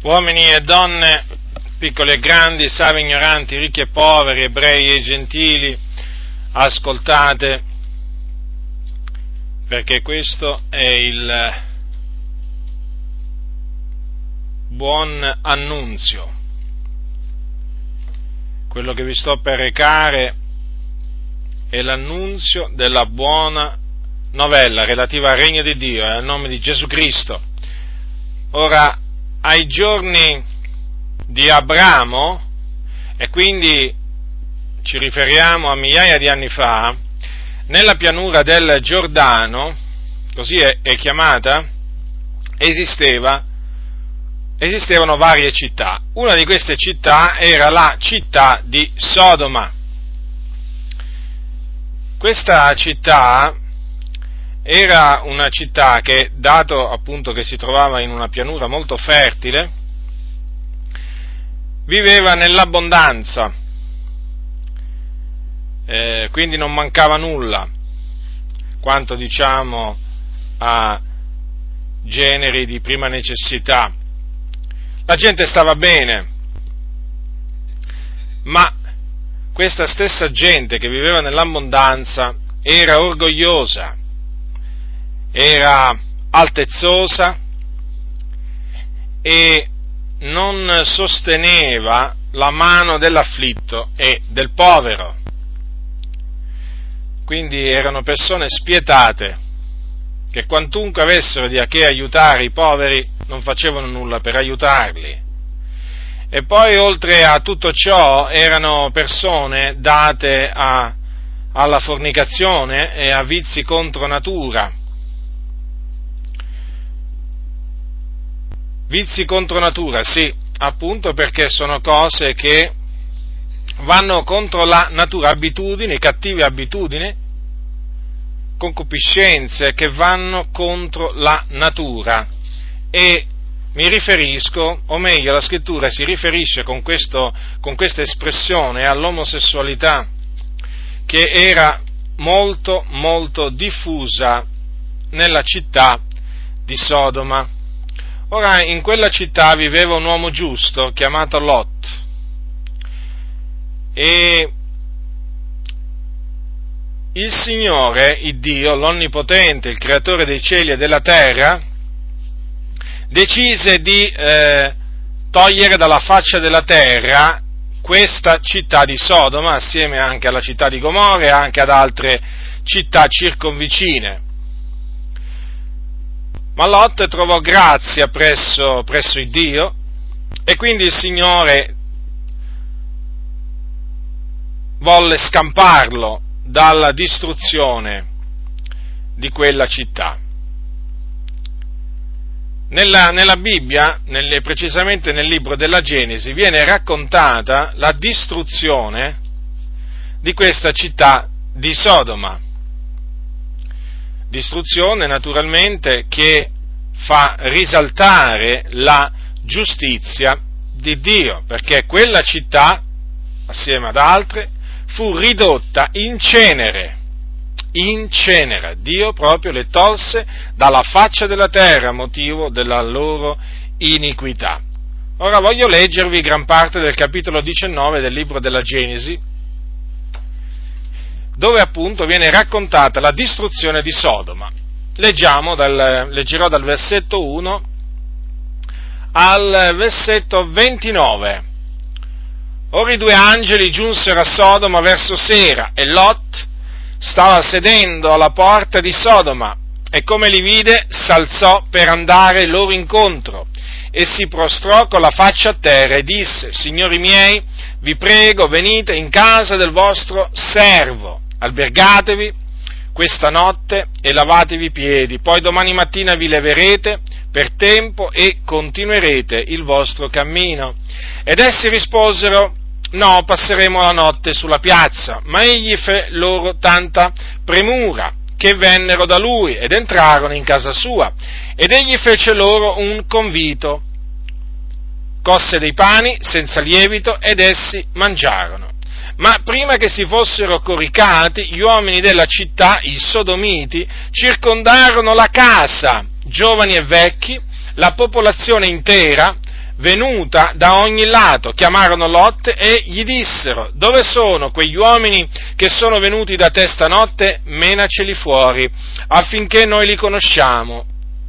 uomini e donne, piccoli e grandi, savi e ignoranti, ricchi e poveri, ebrei e gentili, ascoltate, perché questo è il buon annunzio. Quello che vi sto per recare è l'annunzio della buona novella relativa al regno di Dio e al nome di Gesù Cristo. Ora, ai giorni di Abramo, e quindi ci riferiamo a migliaia di anni fa, nella pianura del Giordano, così è chiamata, esistevano varie città. Una di queste città era la città di Sodoma. Questa città era una città che, dato appunto che si trovava in una pianura molto fertile, viveva nell'abbondanza, quindi non mancava nulla, quanto diciamo a generi di prima necessità. La gente stava bene, ma questa stessa gente che viveva nell'abbondanza era orgogliosa, era altezzosa e non sosteneva la mano dell'afflitto e del povero. Quindi erano persone spietate, che quantunque avessero di a che aiutare i poveri, non facevano nulla per aiutarli. E poi, oltre a tutto ciò, erano persone date alla fornicazione e a vizi contro natura. Vizi contro natura, sì, appunto perché sono cose che vanno contro la natura, abitudini, cattive abitudini, concupiscenze che vanno contro la natura. E mi riferisco, o meglio la scrittura si riferisce con questa espressione all'omosessualità, che era molto molto diffusa nella città di Sodoma. Ora, in quella città viveva un uomo giusto chiamato Lot, e il Signore, il Dio, l'Onnipotente, il Creatore dei cieli e della terra, decise di togliere dalla faccia della terra questa città di Sodoma, assieme anche alla città di Gomorra e anche ad altre città circonvicine. Ma Lot trovò grazia presso il Dio, e quindi il Signore volle scamparlo dalla distruzione di quella città. Nella Bibbia, precisamente nel libro della Genesi, viene raccontata la distruzione di questa città di Sodoma. Distruzione naturalmente che fa risaltare la giustizia di Dio, perché quella città, assieme ad altre, fu ridotta in cenere. Dio proprio le tolse dalla faccia della terra a motivo della loro iniquità. Ora voglio leggervi gran parte del capitolo 19 del libro della Genesi, dove appunto viene raccontata la distruzione di Sodoma. Leggerò dal versetto 1 al versetto 29. Ora i due angeli giunsero a Sodoma verso sera, e Lot stava sedendo alla porta di Sodoma, e come li vide s'alzò per andare loro incontro, e si prostrò con la faccia a terra e disse: Signori miei, vi prego, venite in casa del vostro servo, albergatevi questa notte e lavatevi i piedi, poi domani mattina vi leverete per tempo e continuerete il vostro cammino. Ed essi risposero: no, passeremo la notte sulla piazza. Ma egli fe loro tanta premura che vennero da lui ed entrarono in casa sua, ed egli fece loro un convito, cosse dei pani senza lievito ed essi mangiarono. Ma prima che si fossero coricati, gli uomini della città, i sodomiti, circondarono la casa, giovani e vecchi, la popolazione intera, venuta da ogni lato. Chiamarono Lot e gli dissero: dove sono quegli uomini che sono venuti da te stanotte? Menaceli fuori, affinché noi li conosciamo.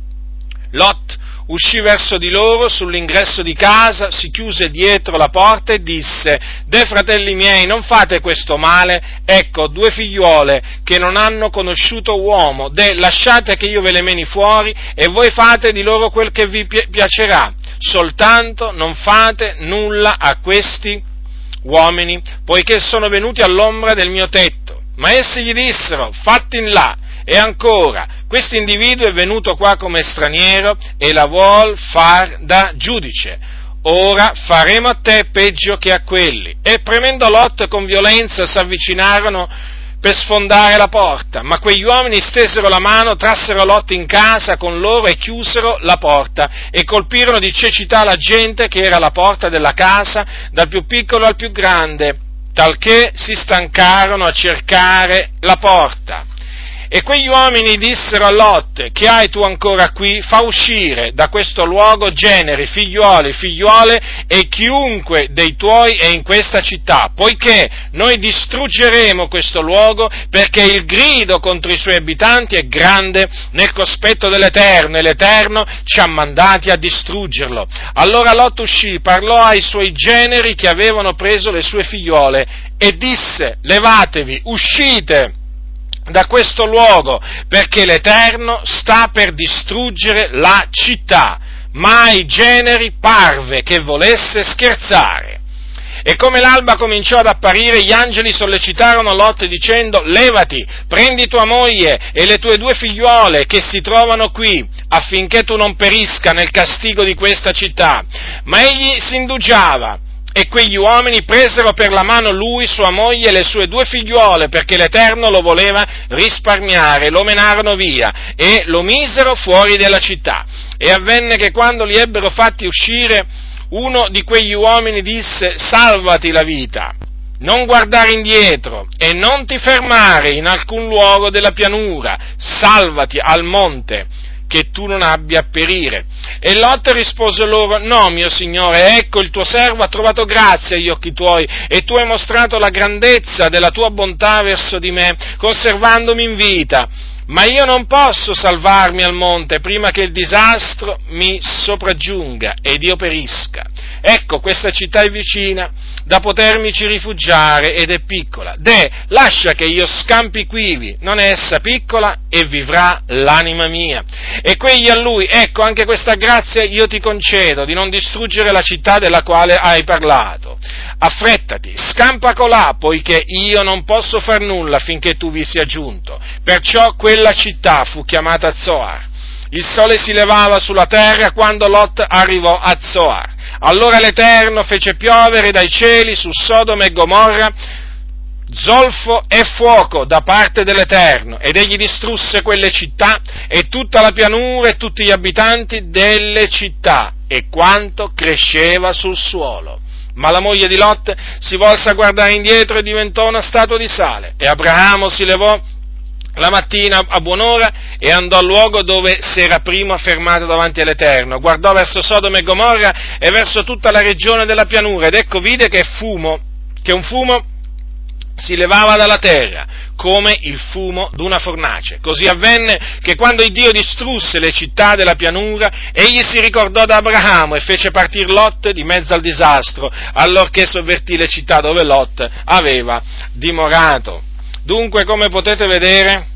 Lot uscì verso di loro sull'ingresso di casa, si chiuse dietro la porta e disse: deh, fratelli miei, non fate questo male, ecco 2 figliuole che non hanno conosciuto uomo, lasciate che io ve le meni fuori e voi fate di loro quel che vi piacerà, soltanto non fate nulla a questi uomini, poiché sono venuti all'ombra del mio tetto. Ma essi gli dissero: fatti in là. E ancora, questo individuo è venuto qua come straniero e la vuol far da giudice. Ora faremo a te peggio che a quelli. E premendo Lot con violenza s'avvicinarono per sfondare la porta, ma quegli uomini stesero la mano, trassero Lot in casa con loro e chiusero la porta e colpirono di cecità la gente che era alla porta della casa, dal più piccolo al più grande, talché si stancarono a cercare la porta. E quegli uomini dissero a Lot: che hai tu ancora qui? Fa uscire da questo luogo generi, figliuoli, figliuole e chiunque dei tuoi è in questa città, poiché noi distruggeremo questo luogo, perché il grido contro i suoi abitanti è grande nel cospetto dell'Eterno, e l'Eterno ci ha mandati a distruggerlo. Allora Lot uscì, parlò ai suoi generi che avevano preso le sue figliuole e disse: levatevi, uscite da questo luogo, perché l'Eterno sta per distruggere la città. Ma ai generi parve che volesse scherzare. E come l'alba cominciò ad apparire, gli angeli sollecitarono Lot dicendo: levati, prendi tua moglie e le tue 2 figliuole che si trovano qui, affinché tu non perisca nel castigo di questa città. Ma egli si indugiava. E quegli uomini presero per la mano lui, sua moglie e le sue 2 figliuole, perché l'Eterno lo voleva risparmiare, lo menarono via e lo misero fuori della città. E avvenne che quando li ebbero fatti uscire, uno di quegli uomini disse: salvati la vita, non guardare indietro e non ti fermare in alcun luogo della pianura, salvati al monte, che tu non abbia a perire. E Lot rispose loro: no, mio signore, ecco il tuo servo ha trovato grazia agli occhi tuoi, e tu hai mostrato la grandezza della tua bontà verso di me, conservandomi in vita. Ma io non posso salvarmi al monte prima che il disastro mi sopraggiunga ed io perisca. Ecco, questa città è vicina, da potermici rifugiare, ed è piccola. Lascia che io scampi quivi, non è essa piccola, e vivrà l'anima mia. E quegli a lui: ecco, anche questa grazia io ti concedo, di non distruggere la città della quale hai parlato. Affrettati, scampa colà, poiché io non posso far nulla finché tu vi sia giunto. Perciò quella città fu chiamata Zoar. Il sole si levava sulla terra quando Lot arrivò a Zoar. Allora l'Eterno fece piovere dai cieli su Sodoma e Gomorra zolfo e fuoco da parte dell'Eterno, ed egli distrusse quelle città e tutta la pianura e tutti gli abitanti delle città e quanto cresceva sul suolo. Ma la moglie di Lot si volse a guardare indietro e diventò una statua di sale. E Abramo si levò la mattina a buon'ora e andò al luogo dove si era prima fermato davanti all'Eterno. Guardò verso Sodoma e Gomorra e verso tutta la regione della pianura, ed ecco vide che un fumo si levava dalla terra, come il fumo d'una fornace. Così avvenne che quando il Dio distrusse le città della pianura, egli si ricordò da Abramo e fece partir Lot di mezzo al disastro, allorché sovvertì le città dove Lot aveva dimorato. Dunque, come potete vedere,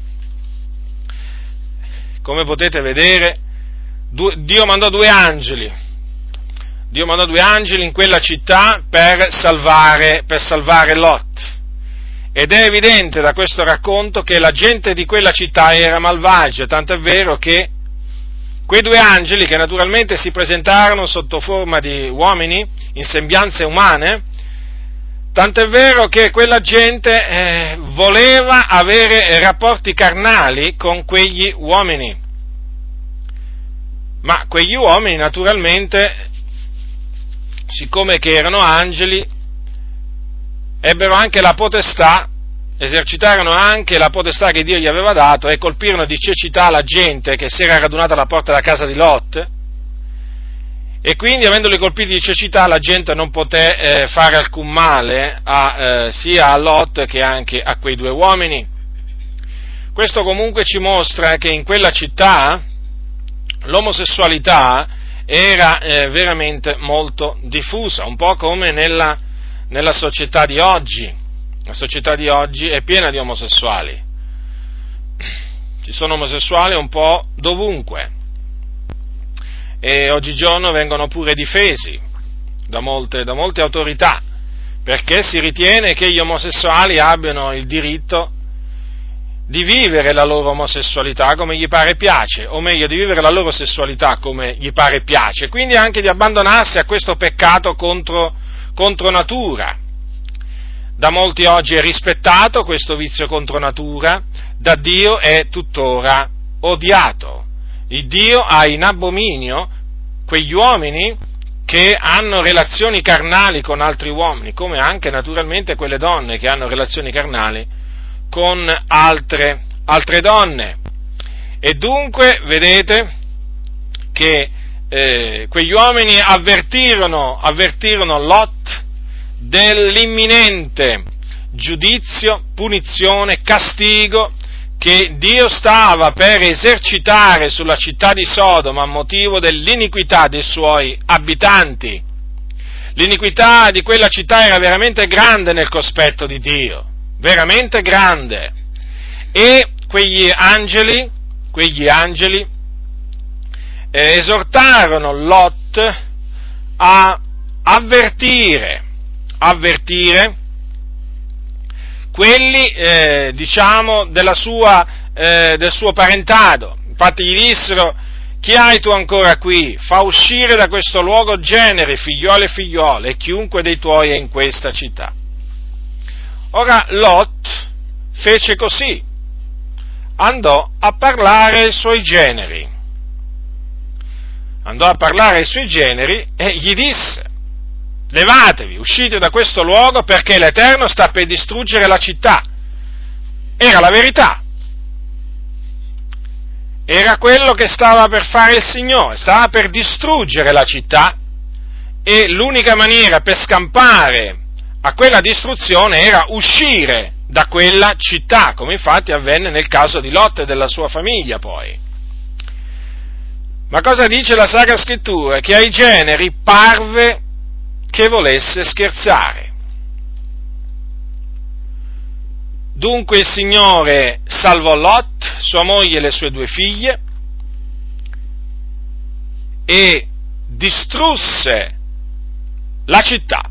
Dio mandò 2 angeli. Dio mandò 2 angeli in quella città per salvare Lot. Ed è evidente da questo racconto che la gente di quella città era malvagia, tanto è vero che quei 2 angeli, che naturalmente si presentarono sotto forma di uomini, in sembianze umane, tanto è vero che quella gente voleva avere rapporti carnali con quegli uomini. Ma quegli uomini, naturalmente, siccome che erano angeli, ebbero anche la potestà, esercitarono anche la potestà che Dio gli aveva dato e colpirono di cecità la gente che si era radunata alla porta della casa di Lot E quindi, avendoli colpiti di cecità, la gente non poté fare alcun male sia a Lot che anche a quei due uomini. Questo comunque ci mostra che in quella città l'omosessualità era veramente molto diffusa, un po' come nella società di oggi. La società di oggi è piena di omosessuali. Ci sono omosessuali un po' dovunque. E oggigiorno vengono pure difesi da molte autorità, perché si ritiene che gli omosessuali abbiano il diritto di vivere la loro omosessualità come gli pare piace, o meglio, di vivere la loro sessualità come gli pare piace, quindi anche di abbandonarsi a questo peccato contro natura. Da molti oggi è rispettato questo vizio contro natura, da Dio è tuttora odiato. Il Dio ha in abominio quegli uomini che hanno relazioni carnali con altri uomini, come anche naturalmente quelle donne che hanno relazioni carnali con altre donne. E dunque vedete che quegli uomini avvertirono Lot dell'imminente giudizio, punizione, castigo che Dio stava per esercitare sulla città di Sodoma a motivo dell'iniquità dei suoi abitanti. L'iniquità di quella città era veramente grande nel cospetto di Dio, veramente grande. E quegli angeli esortarono Lot a avvertire quelli, del suo parentado. Infatti gli dissero: chi hai tu ancora qui? Fa uscire da questo luogo generi, figlioli e figliuole, e chiunque dei tuoi è in questa città. Ora Lot fece così, andò a parlare ai suoi generi e gli disse: levatevi, uscite da questo luogo, perché l'Eterno sta per distruggere la città. Era la verità. Era quello che stava per fare il Signore, stava per distruggere la città, e l'unica maniera per scampare a quella distruzione era uscire da quella città, come infatti avvenne nel caso di Lot e della sua famiglia poi. Ma cosa dice la Sacra Scrittura? Che ai generi parve che volesse scherzare. Dunque il Signore salvò Lot, sua moglie e le sue due figlie, e distrusse la città.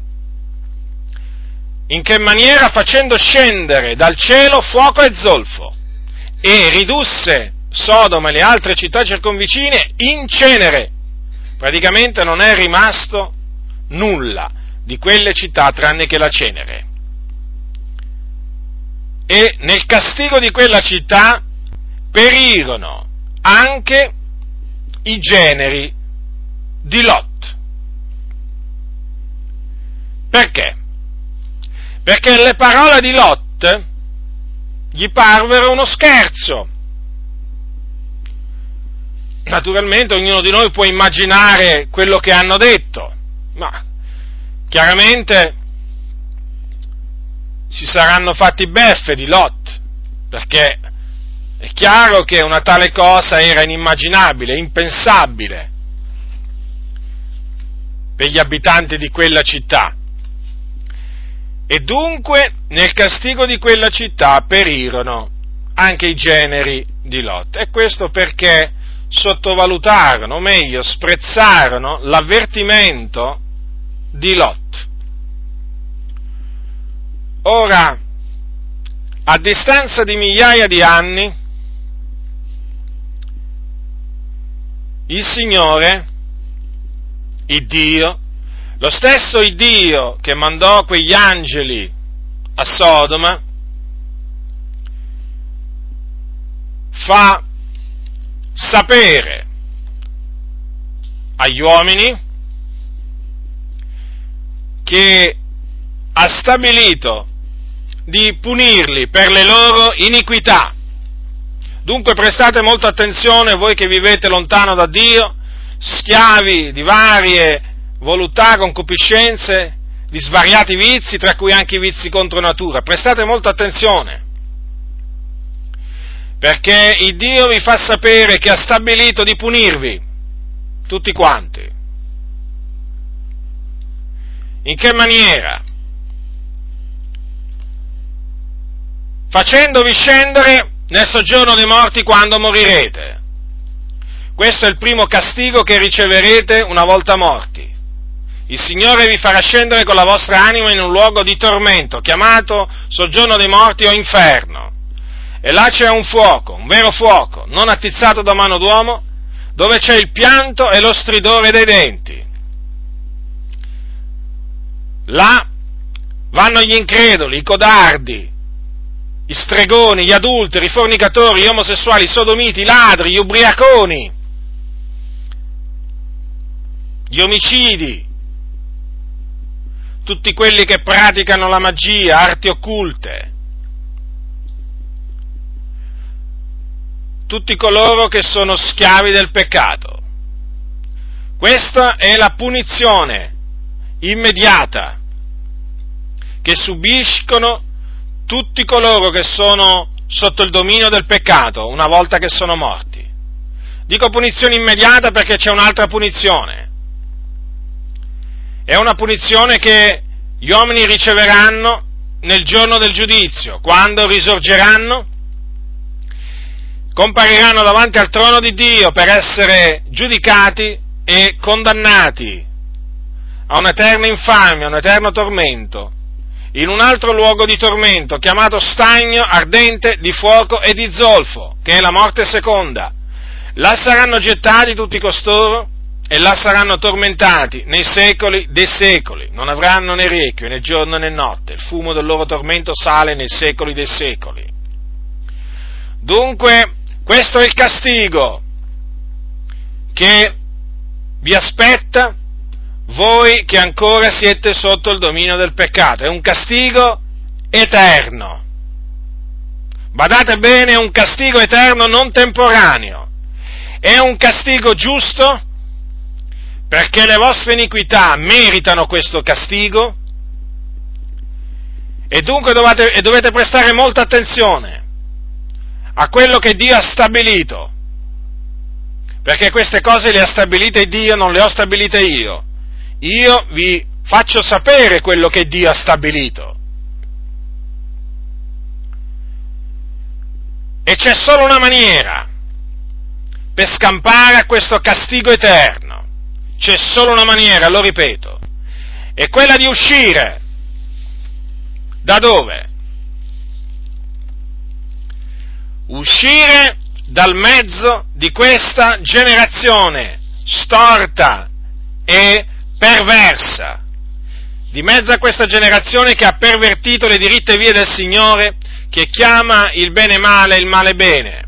In che maniera? Facendo scendere dal cielo fuoco e zolfo, e ridusse Sodoma e le altre città circonvicine in cenere. Praticamente non è rimasto nulla di quelle città tranne che la cenere. E nel castigo di quella città perirono anche i generi di Lot. Perché? Perché le parole di Lot gli parvero uno scherzo. Naturalmente ognuno di noi può immaginare quello che hanno detto, ma chiaramente si saranno fatti beffe di Lot, perché è chiaro che una tale cosa era inimmaginabile, impensabile per gli abitanti di quella città. E dunque nel castigo di quella città perirono anche i generi di Lot. E questo perché sottovalutarono, o meglio, sprezzarono l'avvertimento di Lot. Ora, a distanza di migliaia di anni, il Signore, il Dio, lo stesso Dio che mandò quegli angeli a Sodoma, fa sapere agli uomini che ha stabilito di punirli per le loro iniquità. Dunque prestate molta attenzione, voi che vivete lontano da Dio, schiavi di varie voluttà, concupiscenze, di svariati vizi, tra cui anche i vizi contro natura. Prestate molta attenzione, perché il Dio vi fa sapere che ha stabilito di punirvi, tutti quanti. In che maniera? Facendovi scendere nel soggiorno dei morti quando morirete. Questo è il primo castigo che riceverete una volta morti. Il Signore vi farà scendere con la vostra anima in un luogo di tormento, chiamato soggiorno dei morti o inferno. E là c'è un fuoco, un vero fuoco, non attizzato da mano d'uomo, dove c'è il pianto e lo stridore dei denti. Là vanno gli increduli, i codardi, gli stregoni, gli adulteri, i fornicatori, gli omosessuali, i sodomiti, i ladri, gli ubriaconi, gli omicidi, tutti quelli che praticano la magia, arti occulte, tutti coloro che sono schiavi del peccato. Questa è la punizione immediata che subiscono tutti coloro che sono sotto il dominio del peccato una volta che sono morti. Dico punizione immediata perché c'è un'altra punizione. È una punizione che gli uomini riceveranno nel giorno del giudizio, quando risorgeranno, compariranno davanti al trono di Dio per essere giudicati e condannati a un'eterna infamia, a un eterno tormento, in un altro luogo di tormento chiamato stagno ardente di fuoco e di zolfo, che è la morte seconda. Là saranno gettati tutti costoro e là saranno tormentati nei secoli dei secoli, non avranno né requie né giorno né notte, il fumo del loro tormento sale nei secoli dei secoli. Dunque, questo è il castigo che vi aspetta voi che ancora siete sotto il dominio del peccato. È un castigo eterno. Badate bene, è un castigo eterno, non temporaneo. È un castigo giusto, perché le vostre iniquità meritano questo castigo, e dunque dovete prestare molta attenzione a quello che Dio ha stabilito, perché queste cose le ha stabilite Dio, non le ho stabilite io. Io vi faccio sapere quello che Dio ha stabilito. E c'è solo una maniera per scampare a questo castigo eterno. C'è solo una maniera, lo ripeto, è quella di uscire. Da dove? Uscire dal mezzo di questa generazione storta e perversa, di mezzo a questa generazione che ha pervertito le diritte vie del Signore, che chiama il bene male e il male bene.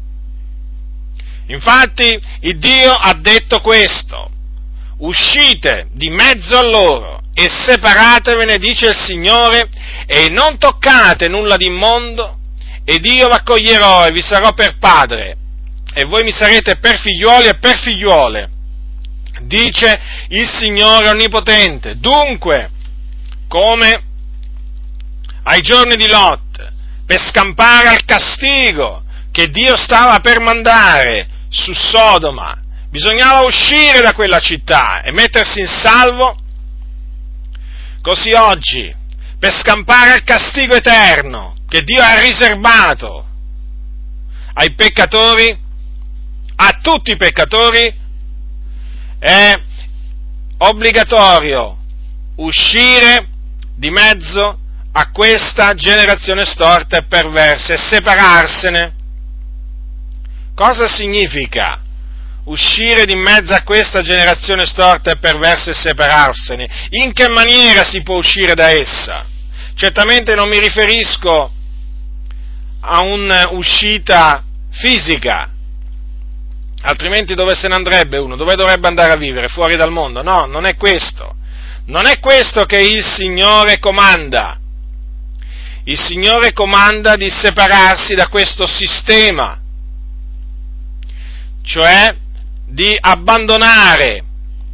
Infatti, il Dio ha detto questo: uscite di mezzo a loro e separatevene, dice il Signore, e non toccate nulla di immondo, ed io v'accoglierò e vi sarò per padre, e voi mi sarete per figliuoli e per figliuole, dice il Signore Onnipotente. Dunque, come ai giorni di Lot, per scampare al castigo che Dio stava per mandare su Sodoma, bisognava uscire da quella città e mettersi in salvo, così oggi, per scampare al castigo eterno che Dio ha riservato ai peccatori, a tutti i peccatori, è obbligatorio uscire di mezzo a questa generazione storta e perversa e separarsene. Cosa significa uscire di mezzo a questa generazione storta e perversa e separarsene? In che maniera si può uscire da essa? Certamente non mi riferisco a un'uscita fisica, altrimenti dove se ne andrebbe uno? Dove dovrebbe andare a vivere? Fuori dal mondo? No, non è questo. Non è questo che il Signore comanda. Il Signore comanda di separarsi da questo sistema, cioè di abbandonare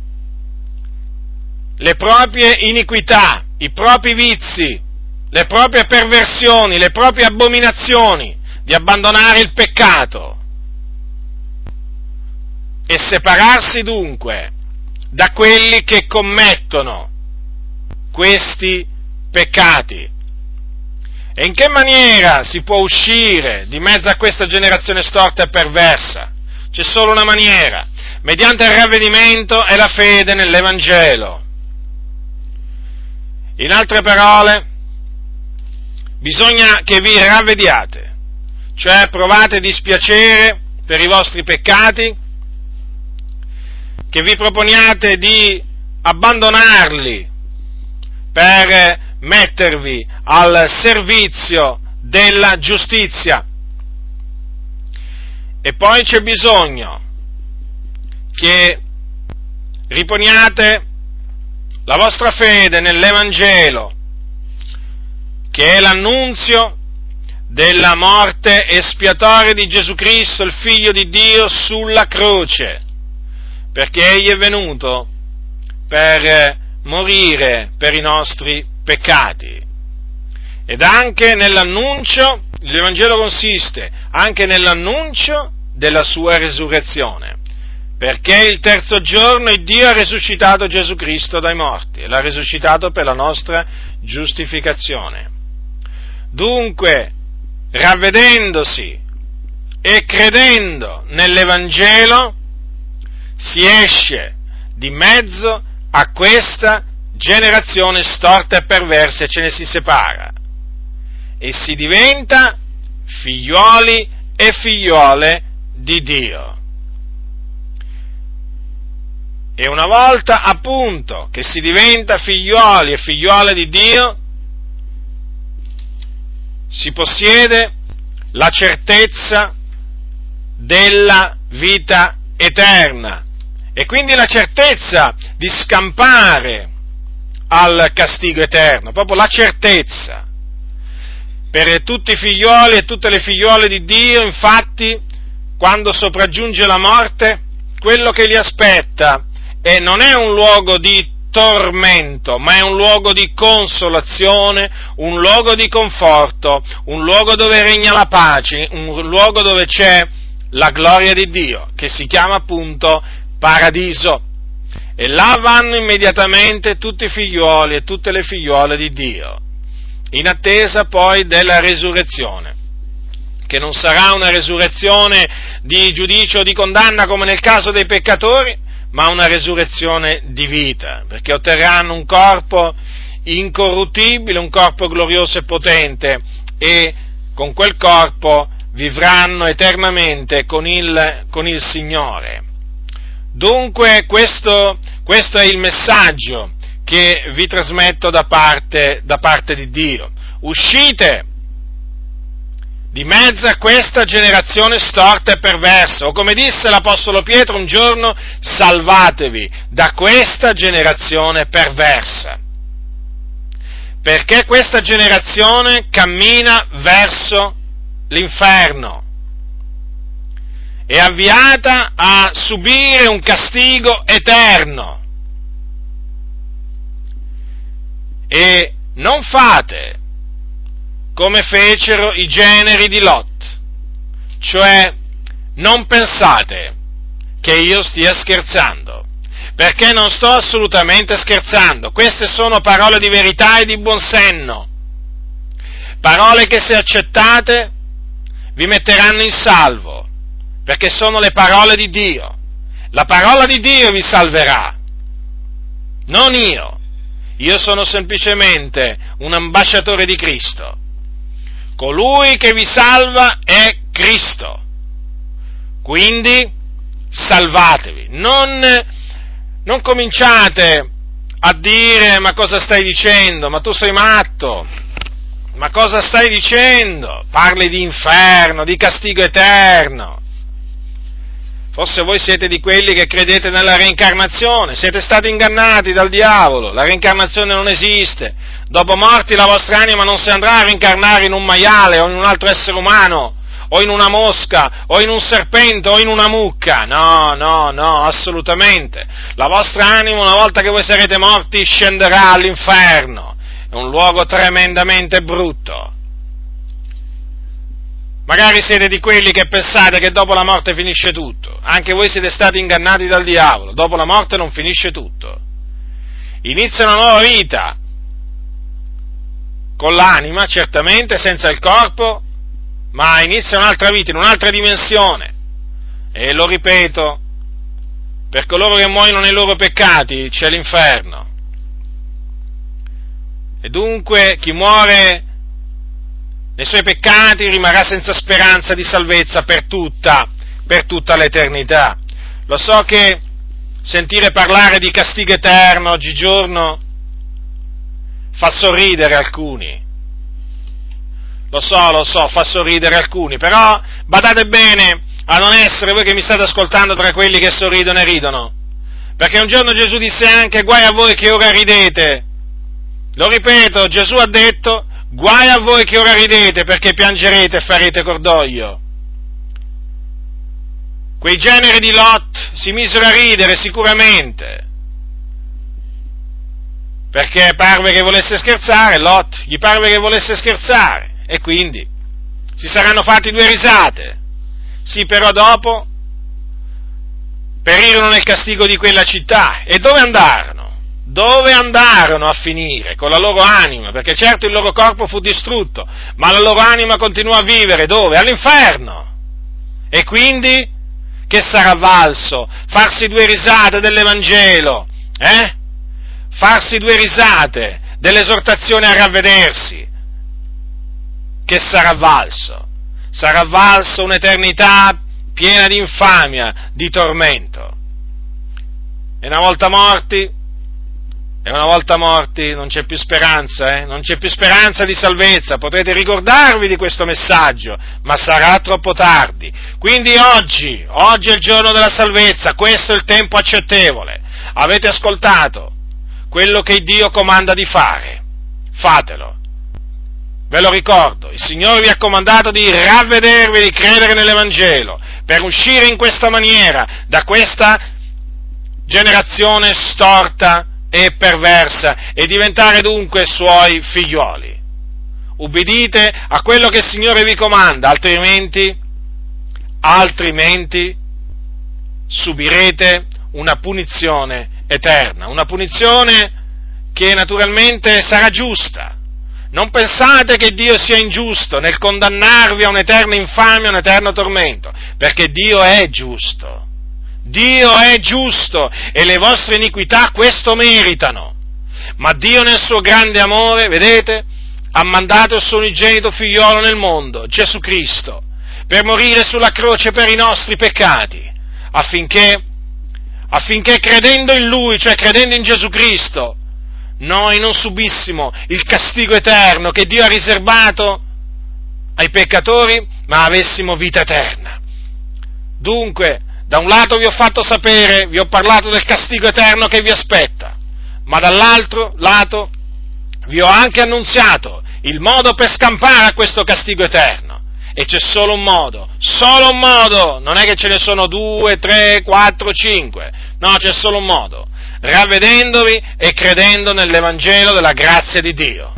le proprie iniquità, i propri vizi, le proprie perversioni, le proprie abominazioni, di abbandonare il peccato e separarsi dunque da quelli che commettono questi peccati. E in che maniera si può uscire di mezzo a questa generazione storta e perversa? C'è solo una maniera, mediante il ravvedimento e la fede nell'Evangelo. In altre parole, bisogna che vi ravvediate, cioè provate dispiacere per i vostri peccati, che vi proponiate di abbandonarli per mettervi al servizio della giustizia. E poi c'è bisogno che riponiate la vostra fede nell'Evangelo, che è l'annunzio della morte espiatoria di Gesù Cristo, il Figlio di Dio, sulla croce, perché Egli è venuto per morire per i nostri peccati. Ed anche nell'annuncio, l'Evangelo consiste anche nell'annuncio della sua resurrezione, perché il terzo giorno Dio ha risuscitato Gesù Cristo dai morti e l'ha risuscitato per la nostra giustificazione. Dunque, ravvedendosi e credendo nell'Evangelo, si esce di mezzo a questa generazione storta e perversa e ce ne si separa e si diventa figliuoli e figliuole di Dio. E una volta appunto che si diventa figliuoli e figliuole di Dio, si possiede la certezza della vita eterna e quindi la certezza di scampare al castigo eterno, proprio la certezza. Per tutti i figlioli e tutte le figliuole di Dio, infatti, quando sopraggiunge la morte, quello che li aspetta non è un luogo di tormento, ma è un luogo di consolazione, un luogo di conforto, un luogo dove regna la pace, un luogo dove c'è la gloria di Dio, che si chiama appunto paradiso. E là vanno immediatamente tutti i figliuoli e tutte le figliuole di Dio, in attesa poi della resurrezione, che non sarà una resurrezione di giudicio o di condanna come nel caso dei peccatori, ma una resurrezione di vita, perché otterranno un corpo incorruttibile, un corpo glorioso e potente, e con quel corpo vivranno eternamente con il Signore. Dunque questo è il messaggio che vi trasmetto da parte di Dio. Uscite di mezzo a questa generazione storta e perversa, o come disse l'Apostolo Pietro un giorno, salvatevi da questa generazione perversa, perché questa generazione cammina verso l'inferno, è avviata a subire un castigo eterno. E non fate come fecero i generi di Lot, cioè non pensate che io stia scherzando, perché non sto assolutamente scherzando. Queste sono parole di verità e di buon senno, parole che se accettate vi metteranno in salvo, perché sono le parole di Dio. La parola di Dio vi salverà, non io. Io sono semplicemente un ambasciatore di Cristo. Colui che vi salva è Cristo. Quindi salvatevi. Non cominciate a dire: ma cosa stai dicendo? Ma tu sei matto? Ma cosa stai dicendo? Parli di inferno, di castigo eterno. Forse voi siete di quelli che credete nella reincarnazione, siete stati ingannati dal diavolo, la reincarnazione non esiste, dopo morti la vostra anima non si andrà a reincarnare in un maiale o in un altro essere umano, o in una mosca, o in un serpente, o in una mucca. No, assolutamente. La vostra anima, una volta che voi sarete morti, scenderà all'inferno. È un luogo tremendamente brutto. Magari siete di quelli che pensate che dopo la morte finisce tutto. Anche voi siete stati ingannati dal diavolo. Dopo la morte non finisce tutto. Inizia una nuova vita. Con l'anima, certamente, senza il corpo, ma inizia un'altra vita, in un'altra dimensione. E lo ripeto, per coloro che muoiono nei loro peccati c'è l'inferno. E dunque chi muore nei suoi peccati rimarrà senza speranza di salvezza per tutta l'eternità. Lo so che sentire parlare di castigo eterno oggigiorno fa sorridere alcuni. Lo so, fa sorridere alcuni, però badate bene a non essere voi che mi state ascoltando tra quelli che sorridono e ridono. Perché un giorno Gesù disse anche: guai a voi che ora ridete. Lo ripeto, Gesù ha detto: guai a voi che ora ridete, perché piangerete e farete cordoglio. Quei generi di Lot si misero a ridere sicuramente, perché parve che volesse scherzare, Lot gli parve che volesse scherzare, e quindi si saranno fatti due risate. Sì, però dopo perirono nel castigo di quella città. E dove andarono? Dove andarono a finire? Con la loro anima, perché certo il loro corpo fu distrutto, ma la loro anima continuò a vivere dove? All'inferno. E quindi che sarà valso farsi due risate dell'Evangelo, farsi due risate dell'esortazione a ravvedersi? Che sarà valso? Sarà valso un'eternità piena di infamia, di tormento. E una volta morti non c'è più speranza, non c'è più speranza di salvezza. Potrete ricordarvi di questo messaggio, ma sarà troppo tardi. Quindi oggi è il giorno della salvezza, questo è il tempo accettevole. Avete ascoltato quello che Dio comanda di fare, fatelo. Ve lo ricordo, il Signore vi ha comandato di ravvedervi, di credere nell'Evangelo, per uscire in questa maniera da questa generazione storta e perversa e diventare dunque Suoi figlioli. Ubbidite a quello che il Signore vi comanda, altrimenti subirete una punizione eterna, una punizione che naturalmente sarà giusta. Non pensate che Dio sia ingiusto nel condannarvi a un'eterna infamia, a un eterno tormento, perché Dio è giusto. Dio è giusto e le vostre iniquità questo meritano. Ma Dio nel suo grande amore, vedete, ha mandato il suo unigenito figliolo nel mondo, Gesù Cristo, per morire sulla croce per i nostri peccati, affinché credendo in Lui, cioè credendo in Gesù Cristo, noi non subissimo il castigo eterno che Dio ha riservato ai peccatori, ma avessimo vita eterna. Dunque, da un lato vi ho fatto sapere, vi ho parlato del castigo eterno che vi aspetta, ma dall'altro lato vi ho anche annunziato il modo per scampare a questo castigo eterno. E c'è solo un modo, non è che ce ne sono 2, 3, 4, 5, no, c'è solo un modo: ravvedendovi e credendo nell'Evangelo della grazia di Dio.